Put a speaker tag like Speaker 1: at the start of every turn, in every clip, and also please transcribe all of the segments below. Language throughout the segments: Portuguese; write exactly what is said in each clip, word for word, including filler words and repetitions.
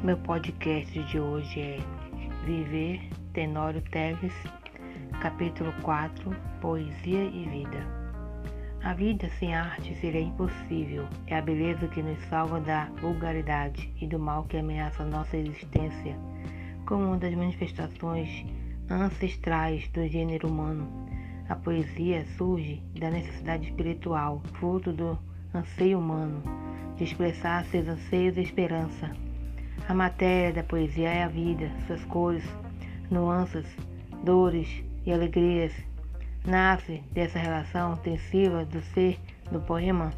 Speaker 1: Meu podcast de hoje é Viver, Tenório Teves, capítulo quatro, Poesia e Vida. A vida sem arte seria impossível. É a beleza que nos salva da vulgaridade e do mal que ameaça nossa existência, como uma das manifestações ancestrais do gênero humano. A poesia surge da necessidade espiritual, fruto do anseio humano, de expressar seus anseios e esperança. A matéria da poesia é a vida, suas cores, nuances, dores e alegrias. Nasce dessa relação intensiva do ser do poema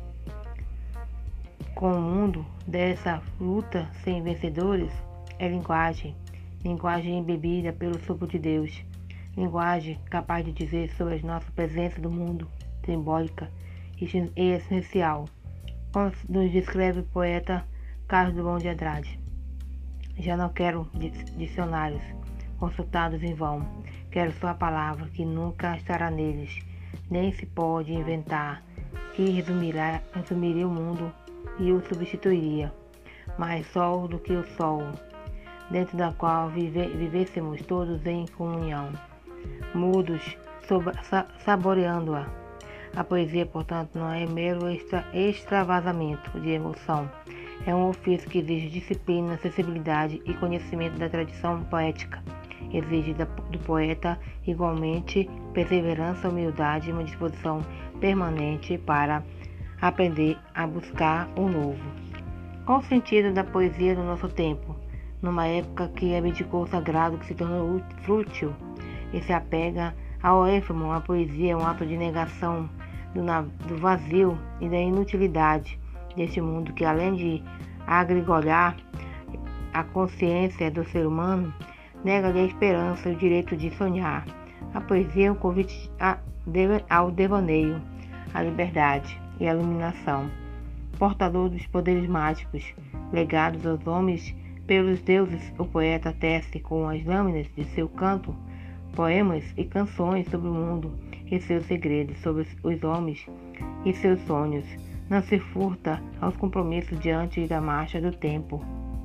Speaker 1: com o mundo, dessa luta sem vencedores, é linguagem, linguagem embebida pelo sopro de Deus, linguagem capaz de dizer sobre a nossa presença do mundo, simbólica e essencial, como nos descreve o poeta Carlos Drummond de Andrade. Já não quero dicionários consultados em vão, quero só a palavra que nunca estará neles, nem se pode inventar, que resumirá, resumiria o mundo e o substituiria, mais sol do que o sol, dentro da qual vive, vivêssemos todos em comunhão, mudos, saboreando-a. A poesia, portanto, não é mero extra, extravasamento de emoção. É um ofício que exige disciplina, sensibilidade e conhecimento da tradição poética. Exige do poeta, igualmente, perseverança, humildade e uma disposição permanente para aprender a buscar o novo. Qual o sentido da poesia no nosso tempo? Numa época que abdicou o sagrado, que se tornou fútil e se apega ao éfemo, a poesia é um ato de negação do, do vazio e da inutilidade deste mundo que, além de agrigolhar a consciência do ser humano, nega-lhe a esperança e o direito de sonhar. A poesia é um convite ao devaneio, à liberdade e à iluminação, portador dos poderes mágicos legados aos homens pelos deuses. O poeta tece com as lâminas de seu canto poemas e canções sobre o mundo e seus segredos, sobre os homens e seus sonhos. Não se furta aos compromissos diante da marcha do tempo.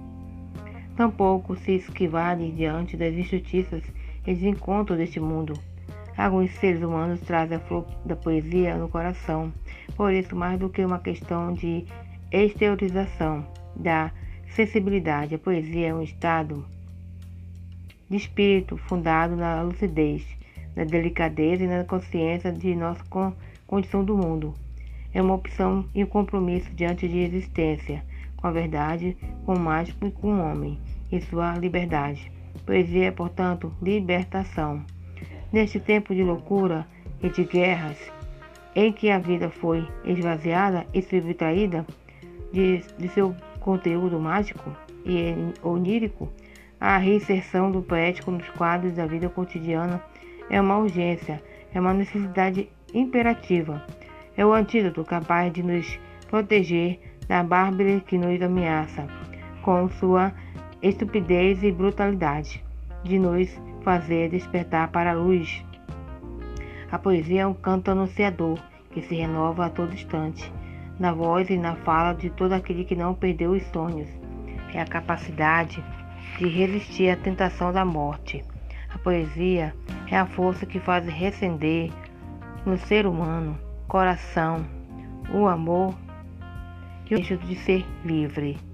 Speaker 1: Tampouco se esquivar-lhe diante das injustiças e desencontros deste mundo. Alguns seres humanos trazem a flor da poesia no coração, por isso, mais do que uma questão de exteriorização da sensibilidade, a poesia é um estado de espírito fundado na lucidez, na delicadeza e na consciência de nossa condição do mundo. É uma opção e um compromisso diante de existência, com a verdade, com o mágico e com o homem, e sua liberdade. Poesia é, portanto, libertação. Neste tempo de loucura e de guerras, em que a vida foi esvaziada e subtraída de, de seu conteúdo mágico e onírico, a reinserção do poético nos quadros da vida cotidiana é uma urgência, é uma necessidade imperativa. É o antídoto capaz de nos proteger da bárbara que nos ameaça, com sua estupidez e brutalidade, de nos fazer despertar para a luz. A poesia é um canto anunciador que se renova a todo instante, na voz e na fala de todo aquele que não perdeu os sonhos. É a capacidade de resistir à tentação da morte. A poesia é a força que faz recender no ser humano coração, o amor e o desejo de ser livre.